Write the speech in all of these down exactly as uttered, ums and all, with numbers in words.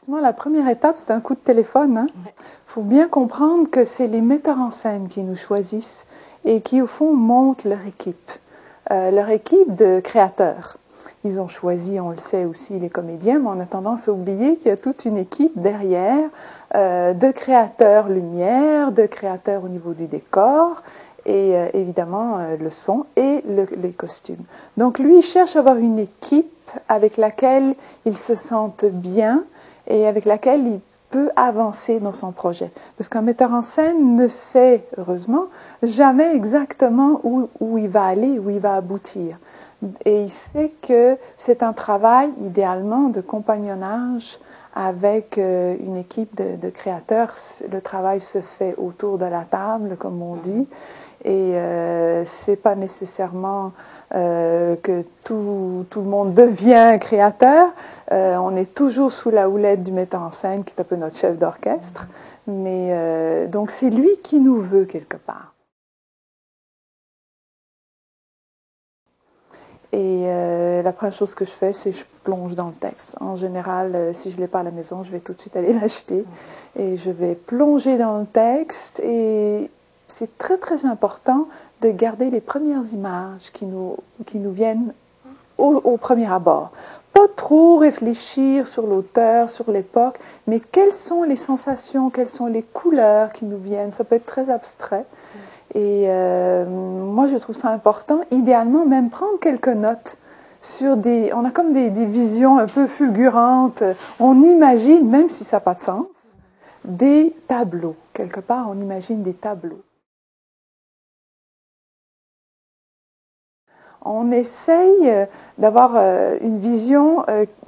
Justement, la première étape, c'est un coup de téléphone. Il hein. faut bien comprendre que c'est les metteurs en scène qui nous choisissent et qui, au fond, montent leur équipe, euh, leur équipe de créateurs. Ils ont choisi, on le sait aussi, les comédiens, mais on a tendance à oublier qu'il y a toute une équipe derrière euh, de créateurs lumière, de créateurs au niveau du décor, et euh, évidemment euh, le son et le, les costumes. Donc lui, il cherche à avoir une équipe avec laquelle il se sente bien et avec laquelle il peut avancer dans son projet. Parce qu'un metteur en scène ne sait, heureusement, jamais exactement où, où il va aller, où il va aboutir. Et il sait que c'est un travail, idéalement, de compagnonnage avec euh, une équipe de, de créateurs. Le travail se fait autour de la table, comme on dit, et euh, c'est pas nécessairement euh, que tout, tout le monde devient créateur. Euh, on est toujours sous la houlette du metteur en scène, qui est un peu notre chef d'orchestre. Mais euh, donc c'est lui qui nous veut quelque part. Et euh, la première chose que je fais, c'est que je plonge dans le texte. En général, euh, si je ne l'ai pas à la maison, je vais tout de suite aller l'acheter. Et je vais plonger dans le texte. Et c'est très, très important de garder les premières images qui nous, qui nous viennent au, au premier abord. Pas trop réfléchir sur l'auteur, sur l'époque, mais quelles sont les sensations, quelles sont les couleurs qui nous viennent. Ça peut être très abstrait. Et euh, moi, je trouve ça important, idéalement, même prendre quelques notes sur des... On a comme des, des visions un peu fulgurantes. On imagine, même si ça n'a pas de sens, des tableaux. Quelque part, on imagine des tableaux. On essaye d'avoir une vision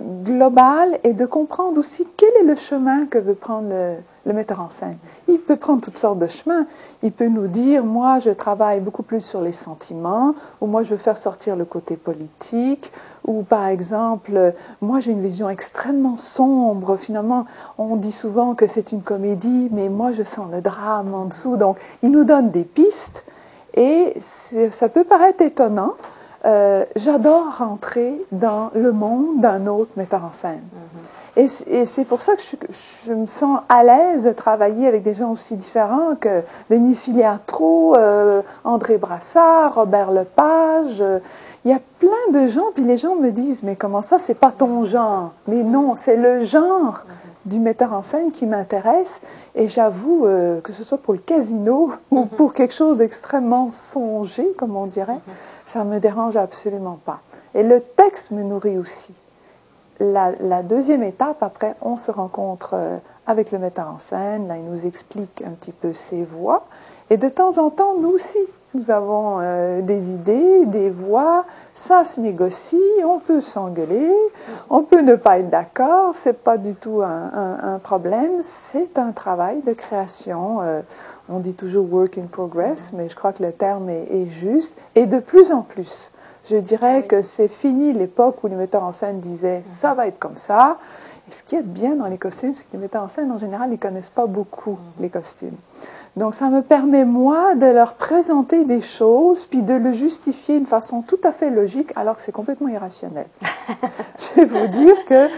globale et de comprendre aussi quel est le chemin que veut prendre le, le metteur en scène. Il peut prendre toutes sortes de chemins. Il peut nous dire, moi, je travaille beaucoup plus sur les sentiments, ou moi, je veux faire sortir le côté politique, ou par exemple, moi, j'ai une vision extrêmement sombre. Finalement, on dit souvent que c'est une comédie, mais moi, je sens le drame en dessous. Donc, il nous donne des pistes, et ça peut paraître étonnant. Euh, j'adore rentrer dans le monde d'un autre metteur en scène. Mm-hmm. Et c'est pour ça que je, je me sens à l'aise de travailler avec des gens aussi différents que Denise Filiatro, euh, André Brassard, Robert Lepage. Euh, il y a plein de gens, puis les gens me disent, mais comment ça, c'est pas ton genre? Mais non, c'est le genre du metteur en scène qui m'intéresse, et j'avoue, euh, que ce soit pour le casino ou pour quelque chose d'extrêmement songé, comme on dirait, ça me dérange absolument pas. Et le texte me nourrit aussi. La, la deuxième étape, après, on se rencontre euh, avec le metteur en scène, là, il nous explique un petit peu ses voix, et de temps en temps, nous aussi, nous avons euh, des idées, des voix, ça se négocie, on peut s'engueuler, on peut ne pas être d'accord, c'est pas du tout un, un, un problème, c'est un travail de création. Euh, on dit toujours work in progress, mais je crois que le terme est, est juste, et de plus en plus. Je dirais que c'est fini l'époque où les metteurs en scène disaient « ça va être comme ça ». Et ce qui est bien dans les costumes, c'est que les metteurs en scène, en général, ils ne connaissent pas beaucoup les costumes. Donc ça me permet, moi, de leur présenter des choses, puis de le justifier d'une façon tout à fait logique, alors que c'est complètement irrationnel. Je vais vous dire que...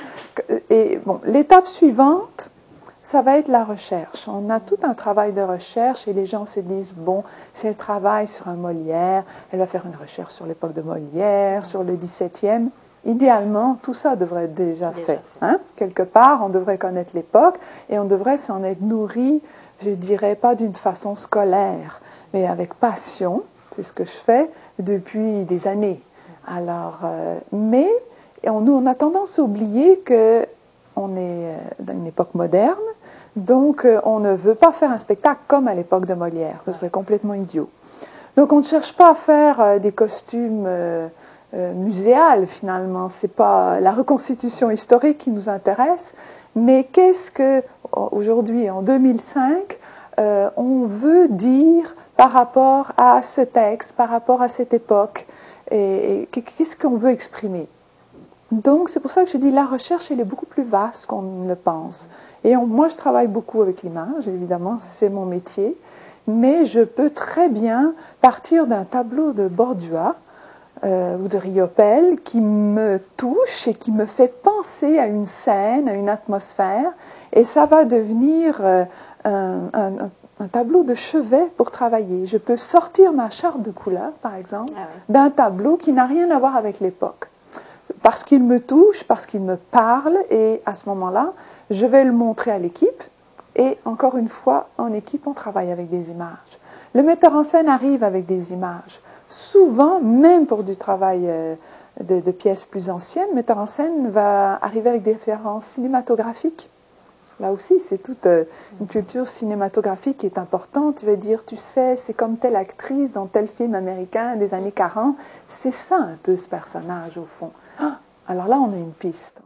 Et bon, l'étape suivante, ça va être la recherche. On a tout un travail de recherche et les gens se disent, bon, si elle travaille sur un Molière, elle va faire une recherche sur l'époque de Molière, sur le dix-septième. Idéalement, tout ça devrait être déjà, déjà fait. fait. Hein? Quelque part, on devrait connaître l'époque et on devrait s'en être nourri, je dirais pas d'une façon scolaire, mais avec passion. C'est ce que je fais depuis des années. Alors, euh, mais on, nous, on a tendance à oublier que on est dans une époque moderne, donc on ne veut pas faire un spectacle comme à l'époque de Molière. Ce serait complètement idiot. Donc on ne cherche pas à faire des costumes euh, euh, muséales finalement. C'est pas la reconstitution historique qui nous intéresse, mais qu'est-ce que aujourd'hui, en deux mille cinq, euh, on veut dire par rapport à ce texte, par rapport à cette époque, et, et qu'est-ce qu'on veut exprimer? Donc, c'est pour ça que je dis la recherche, elle est beaucoup plus vaste qu'on ne le pense. Et on, moi, je travaille beaucoup avec l'image, évidemment, c'est mon métier, mais je peux très bien partir d'un tableau de Bordua, euh, ou de Riopelle qui me touche et qui me fait penser à une scène, à une atmosphère, et ça va devenir euh, un, un, un tableau de chevet pour travailler. Je peux sortir ma charte de couleurs, par exemple, ah oui. d'un tableau qui n'a rien à voir avec l'époque. Parce qu'il me touche, parce qu'il me parle, et à ce moment-là, je vais le montrer à l'équipe. Et encore une fois, en équipe, on travaille avec des images. Le metteur en scène arrive avec des images. Souvent, même pour du travail euh, de, de pièces plus anciennes, le metteur en scène va arriver avec des références cinématographiques. Là aussi, c'est toute euh, une culture cinématographique qui est importante. Il va dire, tu sais, c'est comme telle actrice dans tel film américain des années quarante. C'est ça un peu ce personnage, au fond. Ah, alors là, on a une piste.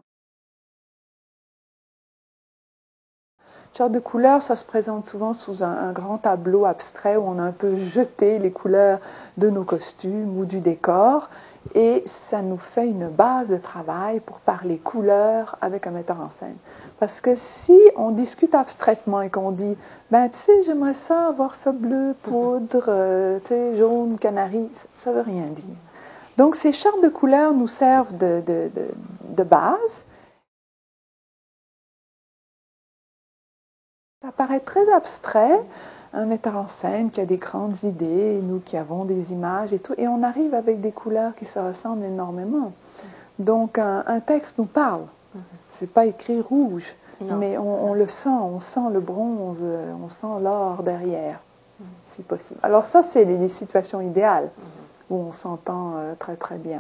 Charte de couleurs, ça se présente souvent sous un, un grand tableau abstrait où on a un peu jeté les couleurs de nos costumes ou du décor, et ça nous fait une base de travail pour parler couleurs avec un metteur en scène. Parce que si on discute abstraitement et qu'on dit, ben tu sais, j'aimerais ça avoir ça bleu, poudre, euh, tu sais, jaune, canari, ça ne veut rien dire. Donc ces chartes de couleurs nous servent de, de, de, de base. Ça paraît très abstrait, un metteur en scène qui a des grandes idées, et nous qui avons des images et tout, et on arrive avec des couleurs qui se ressemblent énormément. Donc un, un texte nous parle. C'est pas écrit rouge, non. mais on, on le sent, on sent le bronze, on sent l'or derrière, mm. si possible. Alors ça, c'est les, les situations idéales mm. où on s'entend euh, très très bien.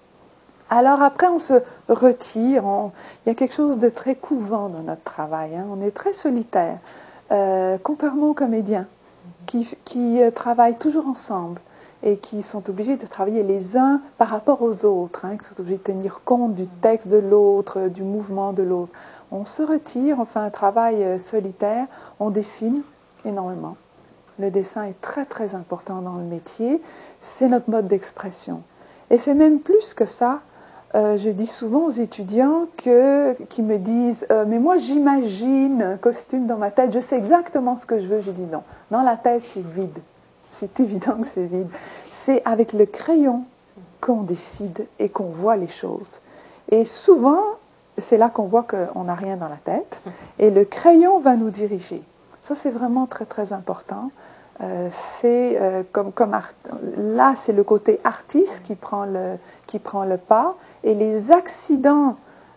Alors après, on se retire. On... Il y a quelque chose de très couvent dans notre travail. Hein. On est très solitaire, euh, contrairement aux comédiens qui, qui euh, travaillent toujours ensemble et qui sont obligés de travailler les uns par rapport aux autres, hein, qui sont obligés de tenir compte du texte de l'autre, du mouvement de l'autre. On se retire, on fait un travail euh, solitaire, on dessine énormément. Le dessin est très très important dans le métier. C'est notre mode d'expression. Et c'est même plus que ça. Euh, je dis souvent aux étudiants que, qui me disent euh, « mais moi j'imagine un costume dans ma tête, je sais exactement ce que je veux ». Je dis non, dans la tête c'est vide, c'est évident que c'est vide. C'est avec le crayon qu'on décide et qu'on voit les choses. Et souvent, c'est là qu'on voit qu'on n'a rien dans la tête et le crayon va nous diriger. Ça c'est vraiment très très important. Euh, c'est euh, comme, comme art... là c'est le côté artiste qui prend le, qui prend le pas. Et les accidents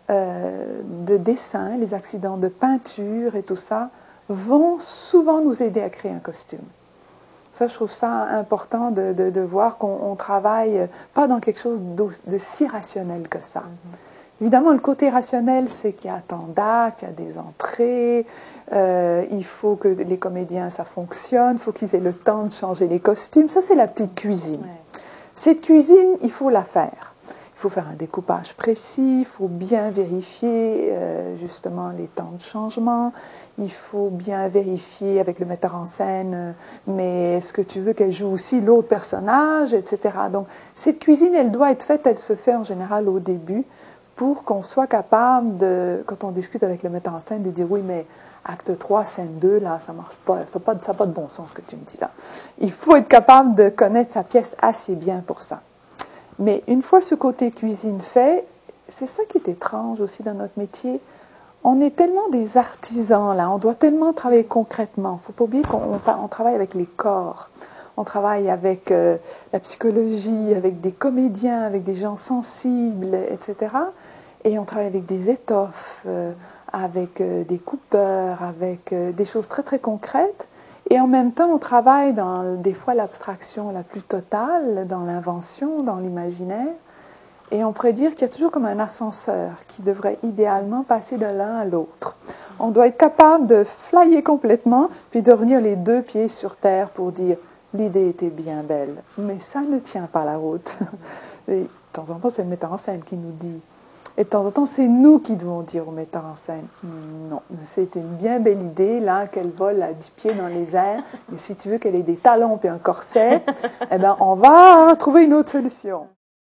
euh, de dessin, les accidents de peinture et tout ça, vont souvent nous aider à créer un costume. Ça, je trouve ça important de, de, de voir qu'on travaille pas dans quelque chose de, de si rationnel que ça. Mm-hmm. Évidemment, le côté rationnel, c'est qu'il y a tant d'actes, il y a des entrées, euh, il faut que les comédiens, ça fonctionne, il faut qu'ils aient le temps de changer les costumes. Ça, c'est la petite cuisine. Ouais. Cette cuisine, il faut la faire. Il faut faire un découpage précis, il faut bien vérifier euh, justement les temps de changement, il faut bien vérifier avec le metteur en scène, euh, mais est-ce que tu veux qu'elle joue aussi l'autre personnage, et cetera. Donc cette cuisine, elle doit être faite, elle se fait en général au début pour qu'on soit capable de, quand on discute avec le metteur en scène, de dire oui mais acte trois, scène deux, là ça marche pas, ça n'a pas, ça pas de bon sens ce que tu me dis là. Il faut être capable de connaître sa pièce assez bien pour ça. Mais une fois ce côté cuisine fait, c'est ça qui est étrange aussi dans notre métier. On est tellement des artisans là, on doit tellement travailler concrètement. Il ne faut pas oublier qu'on on, on travaille avec les corps, on travaille avec euh, la psychologie, avec des comédiens, avec des gens sensibles, et cetera. Et on travaille avec des étoffes, euh, avec euh, des coupeurs, avec euh, des choses très très concrètes. Et en même temps, on travaille dans des fois l'abstraction la plus totale, dans l'invention, dans l'imaginaire. Et on pourrait dire qu'il y a toujours comme un ascenseur qui devrait idéalement passer de l'un à l'autre. On doit être capable de flyer complètement, puis de revenir les deux pieds sur terre pour dire « l'idée était bien belle, mais ça ne tient pas la route ». Et de temps en temps, c'est le metteur en scène qui nous dit. Et de temps en temps, c'est nous qui devons dire au metteur en scène « Non, c'est une bien belle idée, là, qu'elle vole à dix pieds dans les airs, mais si tu veux qu'elle ait des talons et un corset, eh ben, on va trouver une autre solution. »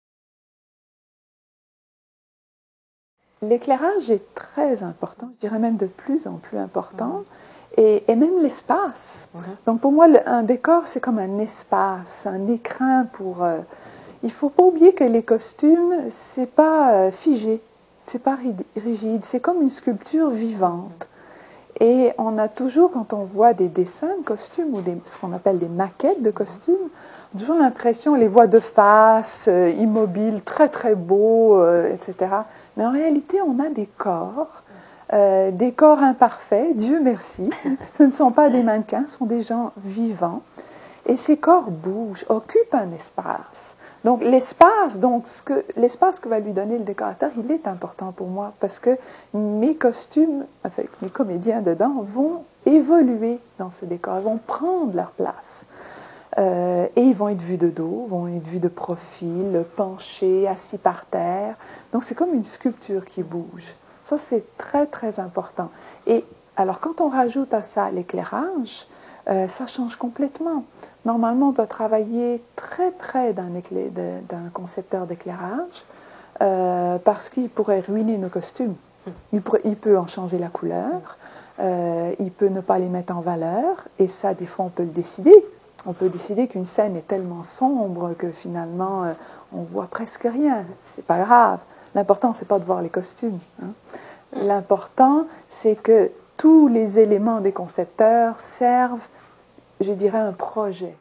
L'éclairage est très important, je dirais même de plus en plus important, mmh. et, et même l'espace. Mmh. Donc pour moi, le, un décor, c'est comme un espace, un écrin pour... Euh, Il ne faut pas oublier que les costumes, ce n'est pas euh, figé, ce n'est pas rigide, c'est comme une sculpture vivante. Et on a toujours, quand on voit des dessins de costumes ou des, ce qu'on appelle des maquettes de costumes, on a toujours l'impression, on les voit de face, euh, immobiles, très très beaux, euh, et cetera. Mais en réalité, on a des corps, euh, des corps imparfaits, Dieu merci. Ce ne sont pas des mannequins, ce sont des gens vivants. Et ces corps bougent, occupent un espace. Donc l'espace, donc ce que l'espace que va lui donner le décorateur, il est important pour moi parce que mes costumes, avec mes comédiens dedans, vont évoluer dans ce décor, ils vont prendre leur place. Euh, et ils vont être vus de dos, vont être vus de profil, penchés, assis par terre. Donc c'est comme une sculpture qui bouge. Ça c'est très très important. Et alors quand on rajoute à ça l'éclairage, Euh, ça change complètement. Normalement, on doit travailler très près d'un d'un concepteur d'éclairage euh, parce qu'il pourrait ruiner nos costumes. Il, pourrait, il peut en changer la couleur, euh, il peut ne pas les mettre en valeur, et ça, des fois, on peut le décider. On peut décider qu'une scène est tellement sombre que finalement, euh, on voit presque rien. C'est pas grave. L'important, c'est pas de voir les costumes. Hein. L'important, c'est que tous les éléments des concepteurs servent, je dirais, un projet.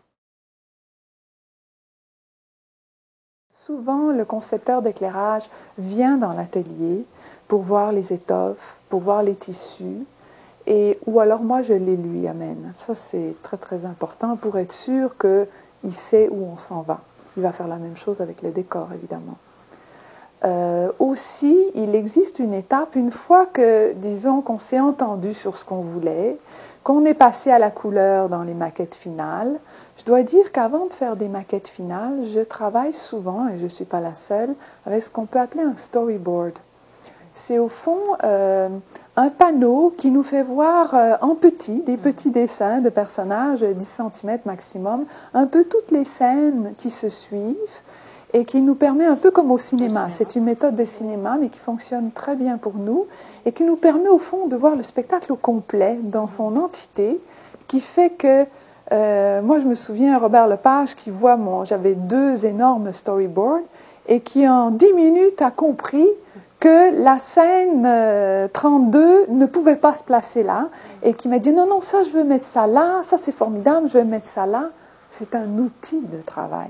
Souvent, le concepteur d'éclairage vient dans l'atelier pour voir les étoffes, pour voir les tissus, et, ou alors moi, je les lui amène. Ça, c'est très, très important pour être sûr qu'il sait où on s'en va. Il va faire la même chose avec les décors, évidemment. Euh, aussi, il existe une étape, une fois que, disons, qu'on s'est entendu sur ce qu'on voulait, qu'on est passé à la couleur dans les maquettes finales, je dois dire qu'avant de faire des maquettes finales, je travaille souvent, et je ne suis pas la seule, avec ce qu'on peut appeler un storyboard. C'est au fond euh, un panneau qui nous fait voir euh, en petit, des petits dessins de personnages, dix centimètres maximum, un peu toutes les scènes qui se suivent, et qui nous permet un peu comme au cinéma. C'est une méthode de cinéma, mais qui fonctionne très bien pour nous et qui nous permet au fond de voir le spectacle au complet, dans son entité, qui fait que, euh, moi je me souviens, Robert Lepage, qui voit mon, j'avais deux énormes storyboards, et qui en dix minutes a compris que la scène euh, trente-deux ne pouvait pas se placer là, et qui m'a dit non, non, ça je veux mettre ça là, ça c'est formidable, je veux mettre ça là. C'est un outil de travail.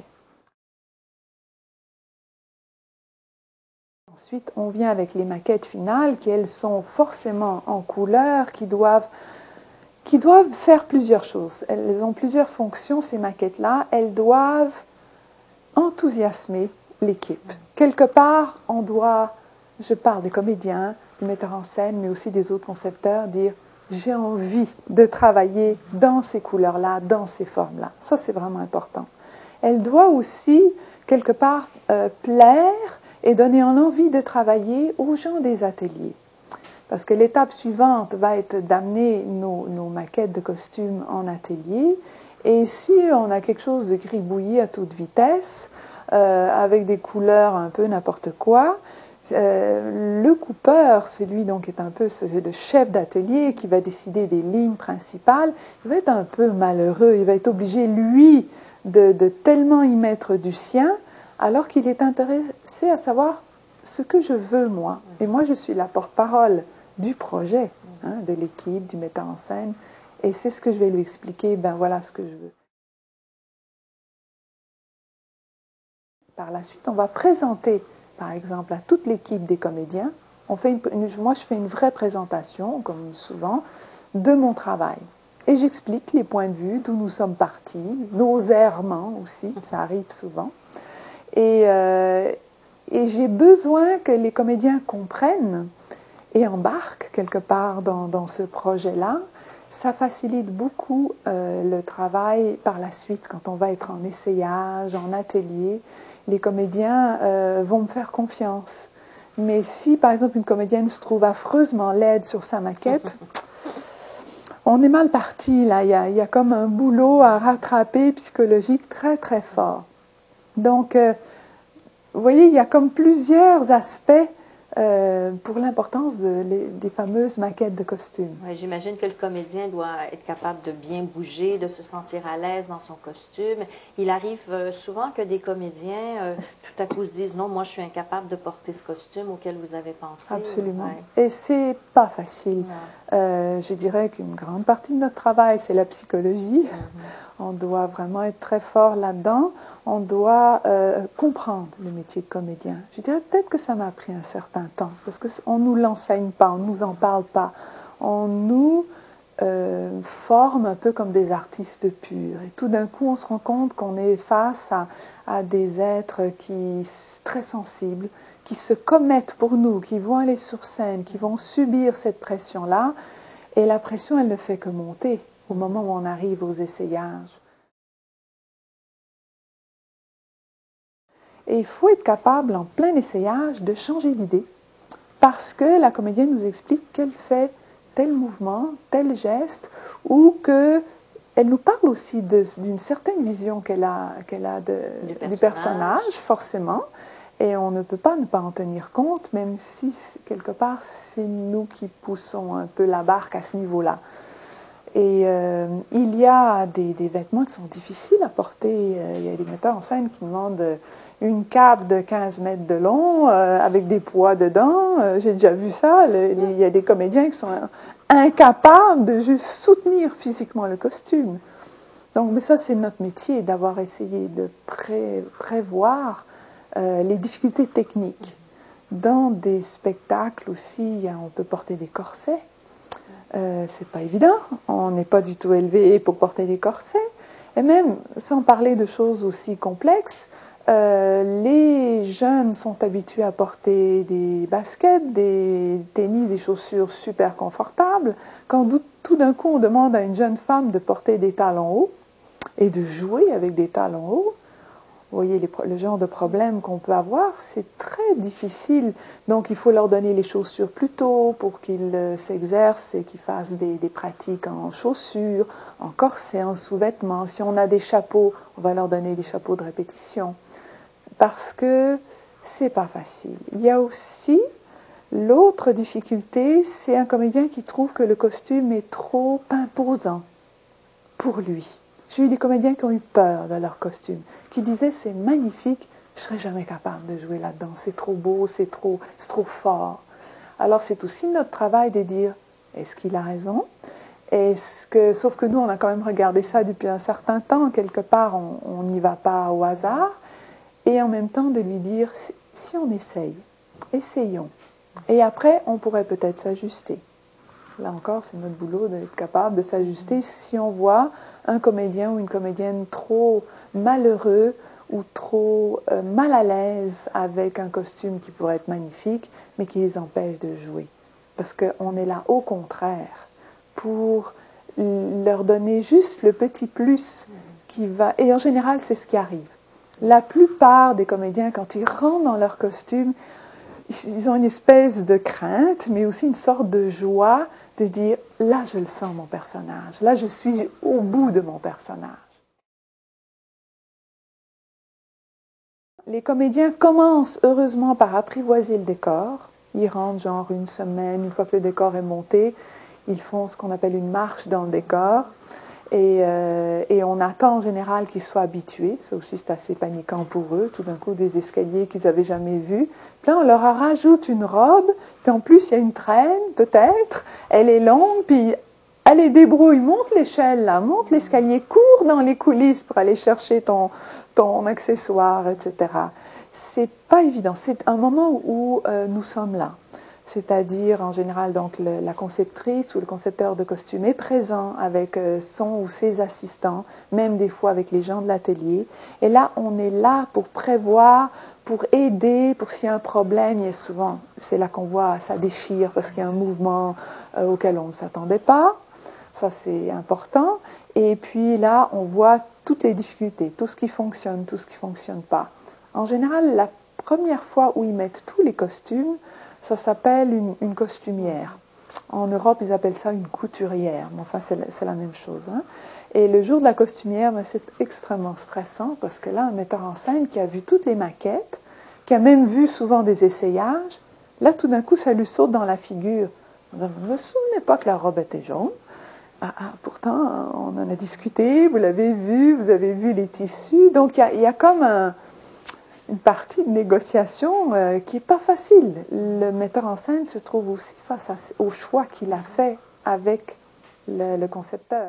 Ensuite, on vient avec les maquettes finales qui, elles, sont forcément en couleur, qui doivent, qui doivent faire plusieurs choses. Elles ont plusieurs fonctions, ces maquettes-là. Elles doivent enthousiasmer l'équipe. Quelque part, on doit, je parle des comédiens, du metteur en scène, mais aussi des autres concepteurs, dire « j'ai envie de travailler dans ces couleurs-là, dans ces formes-là ». Ça, c'est vraiment important. Elle doit aussi, quelque part, euh, plaire et donner envie de travailler aux gens des ateliers. Parce que l'étape suivante va être d'amener nos, nos maquettes de costumes en atelier. Et si on a quelque chose de gribouillis à toute vitesse, euh, avec des couleurs un peu n'importe quoi, euh, le coupeur, celui donc qui est un peu le chef d'atelier, qui va décider des lignes principales, il va être un peu malheureux. Il va être obligé, lui, de, de tellement y mettre du sien, alors qu'il est intéressé à savoir ce que je veux, moi. Et moi, je suis la porte-parole du projet, hein, de l'équipe, du metteur en scène, et c'est ce que je vais lui expliquer, ben voilà ce que je veux. Par la suite, on va présenter, par exemple, à toute l'équipe des comédiens, on fait une, une, moi je fais une vraie présentation, comme souvent, de mon travail. Et j'explique les points de vue, d'où nous sommes partis, nos errements aussi, ça arrive souvent. Et, euh, et j'ai besoin que les comédiens comprennent et embarquent quelque part dans, dans ce projet-là. Ça facilite beaucoup euh, le travail par la suite quand on va être en essayage, en atelier. Les comédiens euh, vont me faire confiance. Mais si, par exemple, une comédienne se trouve affreusement laide sur sa maquette, on est mal parti, là. Il y a, il y a comme un boulot à rattraper psychologique très, très fort. Donc, euh, vous voyez, il y a comme plusieurs aspects euh, pour l'importance de, les, des fameuses maquettes de costumes. Ouais, j'imagine que le comédien doit être capable de bien bouger, de se sentir à l'aise dans son costume. Il arrive euh, souvent que des comédiens, euh, tout à coup, se disent « Non, moi, je suis incapable de porter ce costume auquel vous avez pensé. » Absolument. Ouais. Et c'est pas facile. Euh, je dirais qu'une grande partie de notre travail, c'est la psychologie. Mm-hmm. On doit vraiment être très fort là-dedans. On doit euh, comprendre le métier de comédien. Je dirais peut-être que ça m'a pris un certain temps, parce qu'on ne nous l'enseigne pas, on ne nous en parle pas. On nous euh, forme un peu comme des artistes purs. Et tout d'un coup, on se rend compte qu'on est face à, à des êtres qui très sensibles, qui se commettent pour nous, qui vont aller sur scène, qui vont subir cette pression-là. Et la pression, elle ne fait que monter au moment où on arrive aux essayages. Et il faut être capable, en plein essayage, de changer d'idée, parce que la comédienne nous explique qu'elle fait tel mouvement, tel geste, ou qu'elle nous parle aussi d'une certaine vision qu'elle a, qu'elle a de, du, personnage. du personnage, forcément, et on ne peut pas ne pas en tenir compte, même si, quelque part, c'est nous qui poussons un peu la barque à ce niveau-là. Et euh, il y a des, des vêtements qui sont difficiles à porter. Il y a des metteurs en scène qui demandent une cape de quinze mètres de long euh, avec des poids dedans. Euh, J'ai déjà vu ça. Le, les, il y a des comédiens qui sont incapables de juste soutenir physiquement le costume. Donc, mais ça, c'est notre métier, d'avoir essayé de pré, prévoir euh, les difficultés techniques. Dans des spectacles aussi, on peut porter des corsets. Euh, c'est pas évident, on n'est pas du tout élevé pour porter des corsets, et même sans parler de choses aussi complexes, euh, les jeunes sont habitués à porter des baskets, des tennis, des chaussures super confortables. Quand tout d'un coup on demande à une jeune femme de porter des talons hauts et de jouer avec des talons hauts, vous voyez les, le genre de problème qu'on peut avoir, c'est très difficile. Donc, il faut leur donner les chaussures plus tôt pour qu'ils euh, s'exercent et qu'ils fassent des, des pratiques en chaussures, en corset, en sous-vêtements. Si on a des chapeaux, on va leur donner des chapeaux de répétition. Parce que c'est pas facile. Il y a aussi l'autre difficulté, c'est un comédien qui trouve que le costume est trop imposant pour lui. J'ai eu des comédiens qui ont eu peur de leur costume, qui disaient c'est magnifique, je ne serais jamais capable de jouer là-dedans, c'est trop beau, c'est trop, c'est trop fort. Alors c'est aussi notre travail de dire, est-ce qu'il a raison? Est-ce que, sauf que nous, on a quand même regardé ça depuis un certain temps, quelque part, on n'y va pas au hasard, et en même temps de lui dire, si on essaye, essayons, et après, on pourrait peut-être s'ajuster. Là encore, c'est notre boulot d'être capable de s'ajuster si on voit un comédien ou une comédienne trop malheureux ou trop euh, mal à l'aise avec un costume qui pourrait être magnifique, mais qui les empêche de jouer. Parce qu'on est là au contraire pour leur donner juste le petit plus qui va... Et en général, c'est ce qui arrive. La plupart des comédiens, quand ils rentrent dans leur costume, ils ont une espèce de crainte, mais aussi une sorte de joie de dire, là je le sens mon personnage, là je suis au bout de mon personnage. Les comédiens commencent heureusement par apprivoiser le décor. Ils rentrent genre une semaine, une fois que le décor est monté, ils font ce qu'on appelle une marche dans le décor. Et, euh, et on attend en général qu'ils soient habitués. Ça aussi, c'est assez paniquant pour eux. Tout d'un coup, des escaliers qu'ils n'avaient jamais vus. Puis là, on leur rajoute une robe. Puis en plus, il y a une traîne, peut-être. Elle est longue. Puis allez, débrouille, monte l'échelle, là, monte l'escalier, cours dans les coulisses pour aller chercher ton, ton accessoire, et cetera. C'est pas évident. C'est un moment où euh, nous sommes là. C'est-à-dire, en général, donc, le, la conceptrice ou le concepteur de costume est présent avec euh, son ou ses assistants, même des fois avec les gens de l'atelier. Et là, on est là pour prévoir, pour aider, pour s'il y a un problème. Il y a souvent, c'est là qu'on voit, ça déchire parce qu'il y a un mouvement euh, auquel on ne s'attendait pas. Ça, c'est important. Et puis là, on voit toutes les difficultés, tout ce qui fonctionne, tout ce qui ne fonctionne pas. En général, la première fois où ils mettent tous les costumes, ça s'appelle une, une costumière. En Europe, ils appellent ça une couturière. Mais enfin, c'est la, la même chose. Hein. Et le jour de la costumière, ben, c'est extrêmement stressant parce que là, un metteur en scène qui a vu toutes les maquettes, qui a même vu souvent des essayages, Là, tout d'un coup, ça lui saute dans la figure. Je ne me souvenais pas que la robe était jaune. Ah, ah, pourtant, on en a discuté, vous l'avez vu, vous avez vu les tissus. Donc, il y a, il y a comme un, une partie de négociation euh, qui n'est pas facile. Le metteur en scène se trouve aussi face à, au choix qu'il a fait avec le, le concepteur.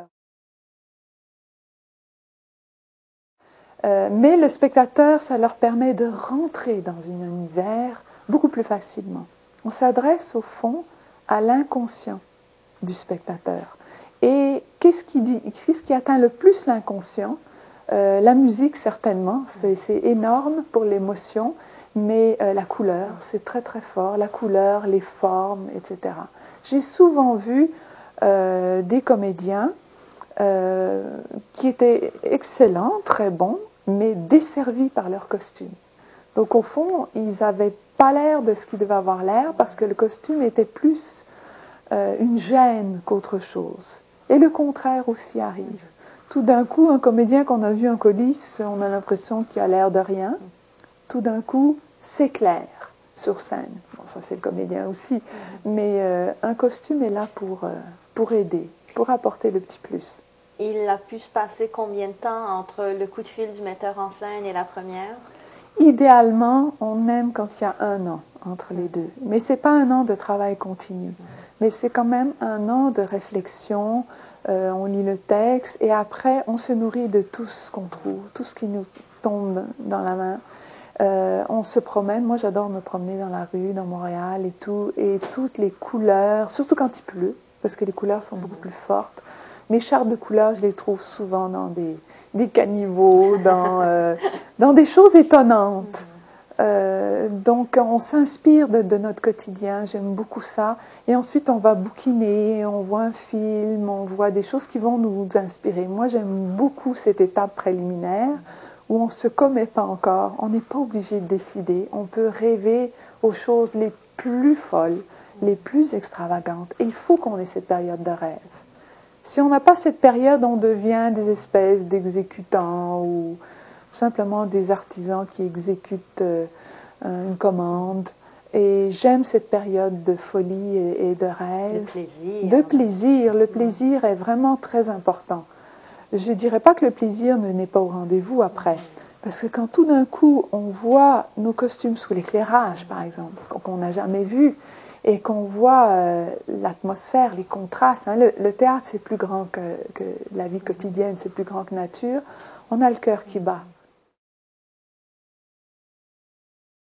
Euh, mais le spectateur, ça leur permet de rentrer dans un univers beaucoup plus facilement. On s'adresse au fond à l'inconscient du spectateur. Et qu'est-ce qui, dit, qu'est-ce qui atteint le plus l'inconscient? euh, La musique, certainement, c'est, c'est énorme pour l'émotion, mais euh, la couleur, c'est très très fort, la couleur, les formes, et cetera. J'ai souvent vu euh, des comédiens euh, qui étaient excellents, très bons, mais desservis par leur costume. Donc au fond, ils n'avaient pas l'air de ce qu'ils devaient avoir l'air parce que le costume était plus euh, une gêne qu'autre chose. Et le contraire aussi arrive. Tout d'un coup, un comédien qu'on a vu en coulisses, on a l'impression qu'il a l'air de rien. Tout d'un coup, s'éclaire sur scène. Bon, ça c'est le comédien aussi. Mais euh, un costume est là pour, euh, pour aider, pour apporter le petit plus. Il a pu se passer combien de temps entre le coup de fil du metteur en scène et la première? Idéalement, on aime quand il y a un an entre les deux. Mais ce n'est pas un an de travail continu. Mais c'est quand même un an de réflexion. Euh, on lit le texte et après, on se nourrit de tout ce qu'on trouve, tout ce qui nous tombe dans la main. Euh, on se promène. Moi, j'adore me promener dans la rue, dans Montréal et tout. Et toutes les couleurs, surtout quand il pleut, parce que les couleurs sont beaucoup plus fortes. Mes chartes de couleurs, je les trouve souvent dans des, des caniveaux, dans, euh, dans des choses étonnantes. Euh, donc, on s'inspire de, de notre quotidien, j'aime beaucoup ça. Et ensuite, on va bouquiner, on voit un film, on voit des choses qui vont nous inspirer. Moi, j'aime beaucoup cette étape préliminaire où on ne se commet pas encore, on n'est pas obligé de décider, on peut rêver aux choses les plus folles, les plus extravagantes. Et il faut qu'on ait cette période de rêve. Si on n'a pas cette période, on devient des espèces d'exécutants ou simplement des artisans qui exécutent euh, une commande. Et j'aime cette période de folie et, et de rêve. De plaisir. De plaisir. Le plaisir est vraiment très important. Je ne dirais pas que le plaisir n'est pas au rendez-vous après. Parce que quand tout d'un coup, on voit nos costumes sous l'éclairage, par exemple, qu'on n'a jamais vu, et qu'on voit euh, l'atmosphère, les contrastes. Hein. Le, le théâtre, c'est plus grand que, que la vie quotidienne, c'est plus grand que nature. On a le cœur qui bat.